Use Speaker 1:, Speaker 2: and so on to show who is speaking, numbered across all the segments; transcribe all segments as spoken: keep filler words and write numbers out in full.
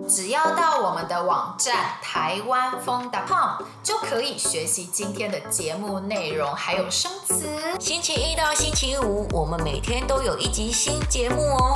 Speaker 1: 只要到我们的网站台湾风 .com 就可以学习今天的节目内容还有生词。
Speaker 2: 星期一到星期五我们每天都有一集新节目哦。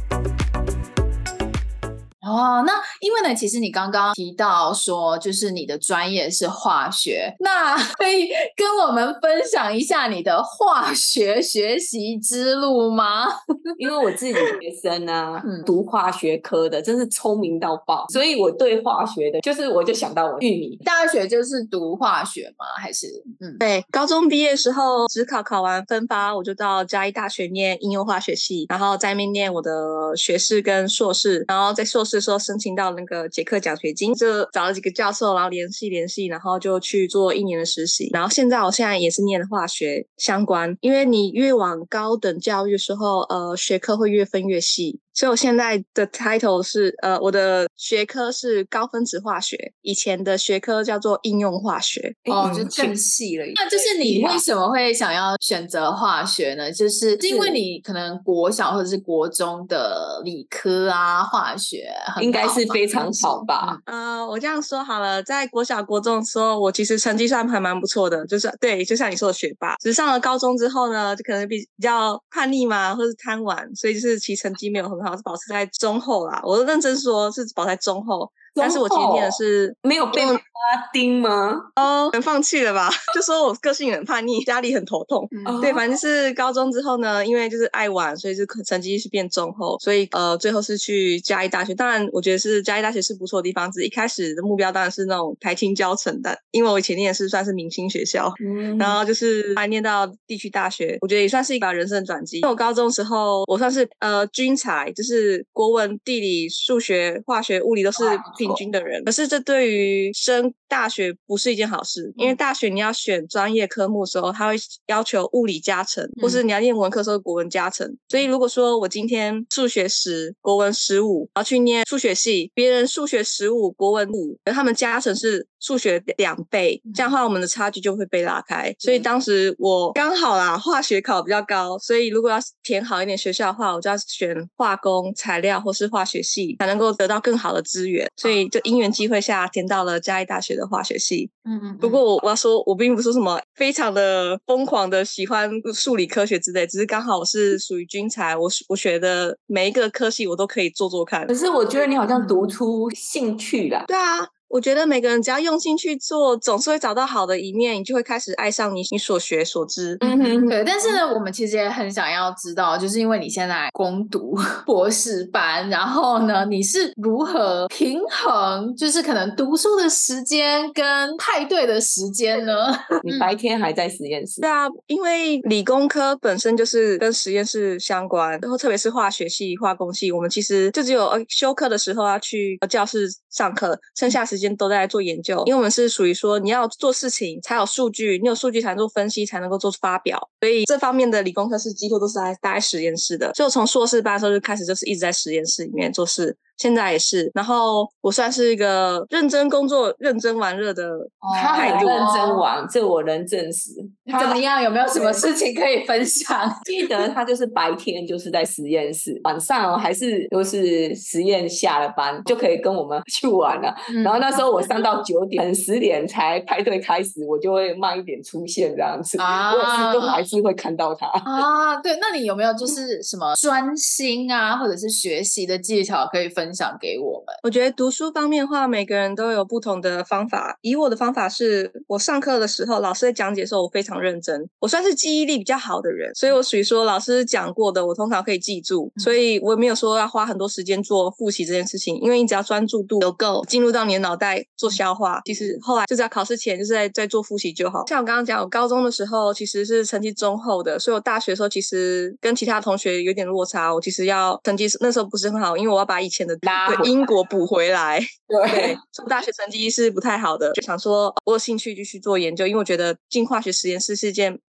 Speaker 3: 哦，那因为呢，其实你刚刚提到说，就是你的专业是化学，那可以跟我们分享一下你的化学学习之路吗？
Speaker 4: 因为我自己学生啊，嗯、读化学科的，真是聪明到爆，所以我对化学的，就是我就想到我玉米。
Speaker 3: 大学就是读化学吗？还是
Speaker 5: 嗯，对，高中毕业的时候，指考考完分发，我就到嘉义大学念应用化学系，然后在那边念我的学士跟硕士，然后在硕士的时候申请到那个捷克奖学金，就找了几个教授，然后联系联系，然后就去做一年的实习。然后现在我现在也是念化学相关，因为你越往高等教育的时候，呃，学科会越分越细。所以我现在的 title 是呃，我的学科是高分子化学，以前的学科叫做应用化学。
Speaker 3: 哦，就更细了。那就是你为什么会想要选择化学呢？就是因为你可能国小或者是国中的理科啊，化学
Speaker 4: 应该是非常好吧？
Speaker 5: 呃，我这样说好了，在国小国中的时候，我其实成绩算还蛮不错的，就是对，就像你说的学霸。只是上了高中之后呢，就可能比比较叛逆嘛，或是贪玩，所以就是其实成绩没有很好，是保持在中后啦。我认真说是保持在中后。但是我其实念的是
Speaker 4: 没有被妈妈盯吗？
Speaker 5: 哦，很放弃了吧？就说我个性很叛逆，家里很头痛。嗯、对，反正是高中之后呢，因为就是爱玩，所以是成绩是变中后，所以呃最后是去嘉义大学。当然，我觉得是嘉义大学是不错的地方，只是一开始的目标当然是那种台清交成的，因为我以前念的是算是明星学校，嗯、然后就是还念到地区大学，我觉得也算是一个人生的转机。因为我高中时候我算是呃均才，就是国文、地理、数学、化学、物理都是平均的人，可是这对于升大学不是一件好事，因为大学你要选专业科目的时候，他会要求物理加成，或是你要念文科的时候国文加成。所以如果说我今天数学十，国文十五，然后去念数学系，别人数学十五，国文五，而他们加成是数学两倍，这样的话我们的差距就会被拉开。所以当时我刚好啦，化学考比较高，所以如果要填好一点学校的话，我就要选化工、材料或是化学系，才能够得到更好的资源。所以就因缘机会下填到了嘉义大学的化学系。嗯嗯。不过我我要说，我并不是什么非常的疯狂的喜欢数理科学之类，只是刚好我是属于均才，我我学的每一个科系我都可以做做看。
Speaker 4: 可是我觉得你好像读出兴趣啦。
Speaker 5: 对啊。我觉得每个人只要用心去做，总是会找到好的一面，你就会开始爱上你你所学所知。
Speaker 3: 嗯哼，对。但是呢，我们其实也很想要知道，就是因为你现在攻读博士班，然后呢，你是如何平衡，就是可能读书的时间跟派对的时间呢？
Speaker 4: 你白天还在实验室？
Speaker 5: 对啊，因为理工科本身就是跟实验室相关，然后特别是化学系、化工系，我们其实就只有修课的时候要去教室上课，剩下时间都在做研究，因为我们是属于说你要做事情才有数据，你有数据才能做分析，才能够做发表，所以这方面的理工科是几乎都是在待在实验室的。所以我从硕士班的时候就开始就是一直在实验室里面做事，现在也是。然后我算是一个认真工作、认真玩乐的
Speaker 4: 他很认真玩，这我能证实。
Speaker 3: 怎么样？有没有什么事情可以分享？
Speaker 4: 记得他就是白天就是在实验室，晚上还是都是实验下了班就可以跟我们去玩了。嗯、然后那时候我上到九点，十点才派对开始，我就会慢一点出现这样子。啊、我也是都还是会看到他
Speaker 3: 啊。对，那你有没有就是什么专心啊，或者是学习的技巧可以分享给我们？
Speaker 5: 我觉得读书方面的话，每个人都有不同的方法。以我的方法是，我上课的时候，老师在讲解的时候，我非常认真。我算是记忆力比较好的人，所以我属于说老师讲过的，我通常可以记住。所以我也没有说要花很多时间做复习这件事情，因为你只要专注度有够，进入到你的脑袋做消化，其实后来就只要考试前就是在在做复习就好。像我刚刚讲，我高中的时候其实是成绩中后的，所以我大学的时候其实跟其他同学有点落差。我其实要成绩那时候不是很好，因为我要把以前的对因果补回来。对，对，所以大学成绩是不太好的，就想说我有兴趣继续做研究，因为我觉得进化学实验室是一件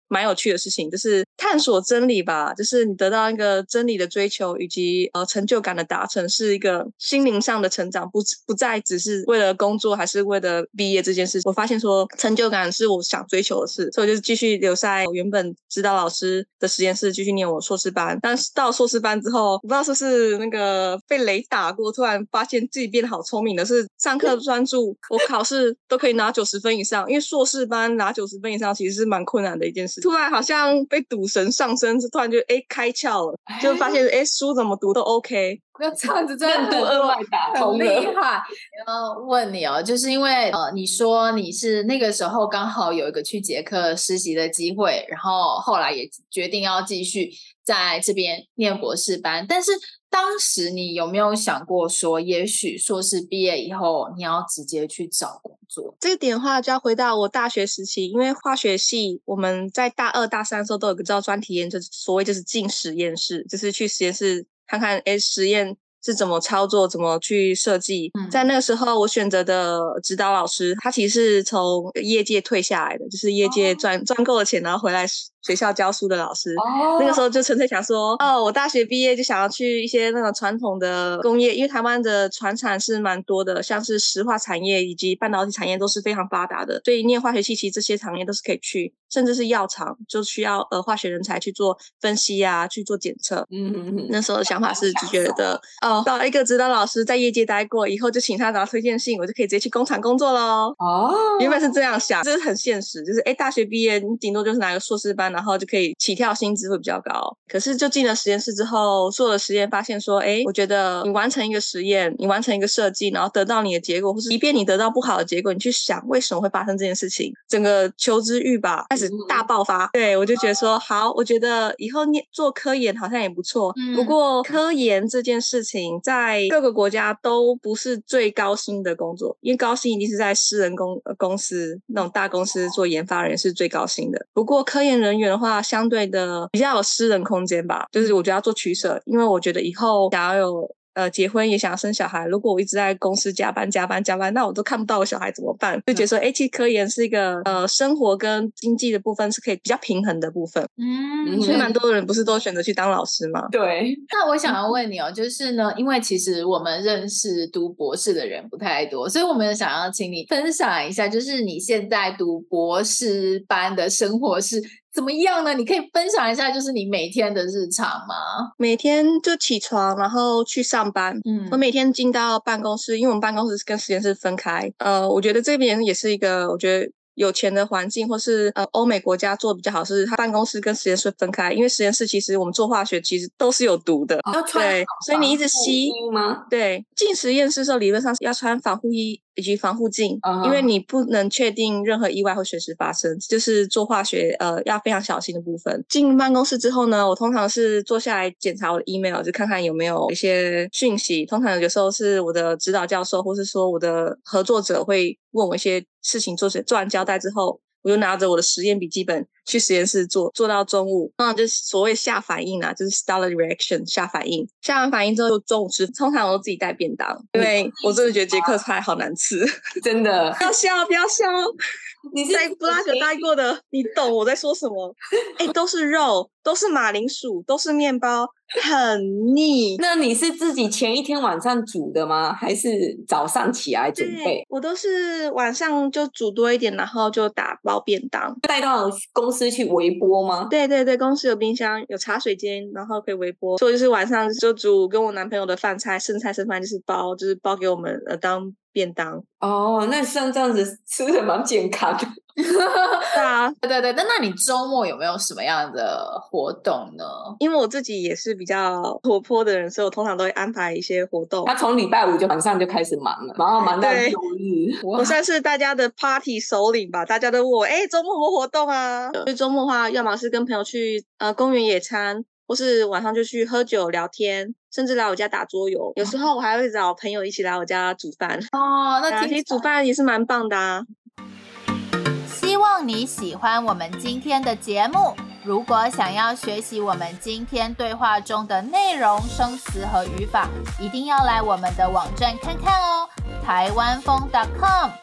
Speaker 5: 蛮有趣的事情，就是探索真理吧，就是你得到一个真理的追求以及呃成就感的达成，是一个心灵上的成长，不不再只是为了工作还是为了毕业这件事。我发现说成就感是我想追求的事，所以我就继续留在我原本指导老师的实验室继续念我硕士班。但是到硕士班之后，我不知道是不是那个被雷打过，突然发现自己变得好聪明的，是上课专注，我考试都可以拿九十分以上，因为硕士班拿九十分以上其实是蛮困难的一件事。突然好像被赌神上身，突然就哎开窍了，就发现哎书怎么读都 OK。
Speaker 3: 那这样子真的很
Speaker 4: 任督二脉打通了，
Speaker 3: 很厉害。然后问你哦，就是因为呃，你说你是那个时候刚好有一个去捷克实习的机会，然后后来也决定要继续在这边念博士班，但是当时你有没有想过说，也许硕士毕业以后你要直接去找工作？
Speaker 5: 这个点的话就要回到我大学时期，因为化学系我们在大二大三的时候都有个叫专题研究，所谓就是进实验室，就是去实验室看看诶实验是怎么操作，怎么去设计、嗯、在那个时候我选择的指导老师他其实是从业界退下来的，就是业界赚赚够了钱然后回来学校教书的老师、哦、那个时候就纯粹想说哦，我大学毕业就想要去一些那种传统的工业，因为台湾的传产是蛮多的，像是石化产业以及半导体产业都是非常发达的，所以念化学系其实这些产业都是可以去，甚至是药厂就需要呃化学人才去做分析啊，去做检测。嗯嗯嗯，那时候的想法是就觉得哦，找一个指导老师在业界待过，以后就请他拿推荐信，我就可以直接去工厂工作咯。哦，原本是这样想，这是很现实，就是哎，大学毕业你顶多就是拿个硕士班，然后就可以起跳薪资会比较高。可是就进了实验室之后，做了实验发现说，哎，我觉得你完成一个实验，你完成一个设计，然后得到你的结果，或是即便你得到不好的结果，你去想为什么会发生这件事情，整个求知欲吧开始大爆发。嗯、对，我就觉得说好，我觉得以后念做科研好像也不错、嗯、不过科研这件事情在各个国家都不是最高薪的工作，因为高薪一定是在私人公、呃、公司那种大公司做研发人是最高薪的。不过科研人员的话相对的比较有私人空间吧，就是我觉得要做取舍，因为我觉得以后想要有呃，结婚也想要生小孩，如果我一直在公司加班加班加班，那我都看不到我小孩怎么办？就觉得说诶，其实科研是一个呃生活跟经济的部分是可以比较平衡的部分。嗯，所以蛮多人不是都选择去当老师吗？
Speaker 4: 对。
Speaker 3: 那我想要问你哦，就是呢，因为其实我们认识读博士的人不太多，所以我们想要请你分享一下，就是你现在读博士班的生活是怎么样呢？你可以分享一下就是你每天的日常吗？
Speaker 5: 每天就起床然后去上班。嗯，我每天进到办公室，因为我们办公室跟实验室分开。呃，我觉得这边也是一个我觉得有钱的环境，或是呃欧美国家做比较好，是它办公室跟实验室分开，因为实验室其实我们做化学其实都是有毒的。
Speaker 4: 要穿
Speaker 5: 对，所以你一直吸
Speaker 4: 吗？
Speaker 5: 对，进实验室的时候理论上是要穿防护衣以及防护镜、uh-huh. 因为你不能确定任何意外会随时发生，就是做化学呃要非常小心的部分。进办公室之后呢，我通常是坐下来检查我的 email， 就看看有没有一些讯息，通常有时候是我的指导教授或是说我的合作者会问我一些事情，做做完交代之后，我就拿着我的实验笔记本去实验室做，做到中午，通常就是所谓下反应啊，就是 start the reaction 下反应。下完反应之后就中午吃，通常我都自己带便当，因为我真的觉得捷克菜好难吃，
Speaker 4: 真的。
Speaker 5: 不要笑，不要笑。你是在布拉格待过的，你懂我在说什么。哎、欸，都是肉，都是马铃薯，都是面包，很腻。
Speaker 4: 那你是自己前一天晚上煮的吗？还是早上起来准备？
Speaker 5: 我都是晚上就煮多一点，然后就打包便当
Speaker 4: 带到公司去微波吗？
Speaker 5: 对对对，公司有冰箱，有茶水间，然后可以微波。所以就是晚上就煮跟我男朋友的饭菜，剩菜剩饭就是包，就是包给我们呃当便当。
Speaker 4: 哦，那像这样子吃的蛮健康的。
Speaker 5: 对啊，
Speaker 3: 对对对。那那你周末有没有什么样的活动呢？
Speaker 5: 因为我自己也是比较活泼的人，所以我通常都会安排一些活动。
Speaker 4: 他从礼拜五就晚上就开始忙了，然后忙到周日。
Speaker 5: 我算是大家的 party 首领吧，大家都问我，哎，周末有没有活动啊？所以周末的话，要么是跟朋友去呃公园野餐，或是晚上就去喝酒聊天，甚至来我家打桌游。有时候我还会找朋友一起来我家煮饭。
Speaker 3: 哦，那
Speaker 5: 其实煮饭也是蛮棒的啊。
Speaker 1: 希望你喜欢我们今天的节目。如果想要学习我们今天对话中的内容、生词和语法，一定要来我们的网站看看哦，台湾风 .com。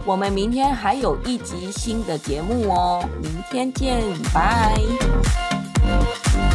Speaker 4: 我们明天还有一集新的节目哦，明天见，拜。